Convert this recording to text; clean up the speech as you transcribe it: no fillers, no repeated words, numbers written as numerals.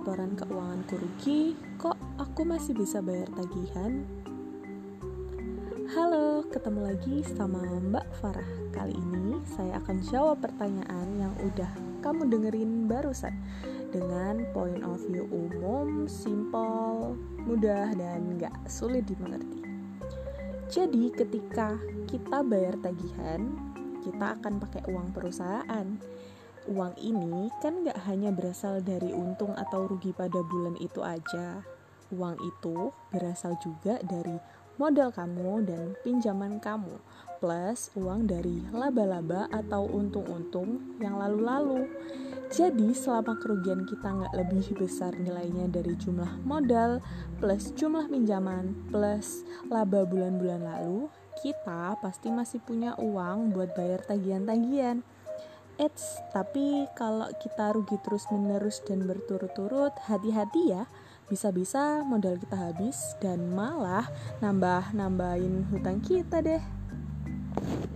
laporan keuanganku rugi, kok aku masih bisa bayar tagihan? Halo, ketemu lagi sama Mbak Farah. Kali ini saya akan jawab pertanyaan yang udah kamu dengerin barusan dengan point of view umum, simple, mudah, dan gak sulit dimengerti. Jadi ketika kita bayar tagihan, kita akan pakai uang perusahaan. Uang ini kan gak hanya berasal dari untung atau rugi pada bulan itu aja. Uang itu berasal juga dari modal kamu dan pinjaman kamu, plus uang dari laba-laba atau untung-untung yang lalu-lalu. Jadi selama kerugian kita gak lebih besar nilainya dari jumlah modal, plus jumlah pinjaman, plus laba bulan-bulan lalu, kita pasti masih punya uang buat bayar tagihan-tagihan. Tapi kalau kita rugi terus-menerus dan berturut-turut, hati-hati ya, bisa-bisa modal kita habis dan malah nambah-nambahin hutang kita deh.